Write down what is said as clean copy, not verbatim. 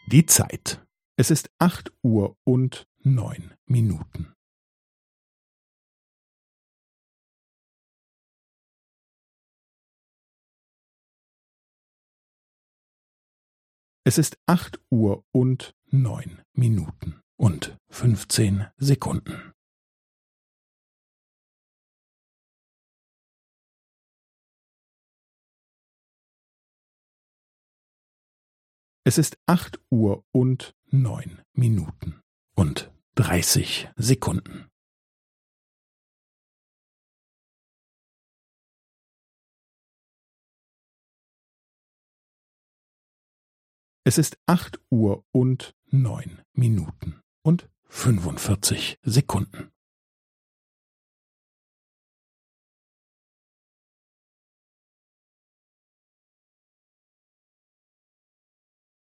Die Zeit. Es ist 8:09 Uhr. Es ist 8:09 Uhr und 15 Sekunden. Es ist 8:09 Uhr und 30 Sekunden. Es ist 8:09 Uhr und 45 Sekunden.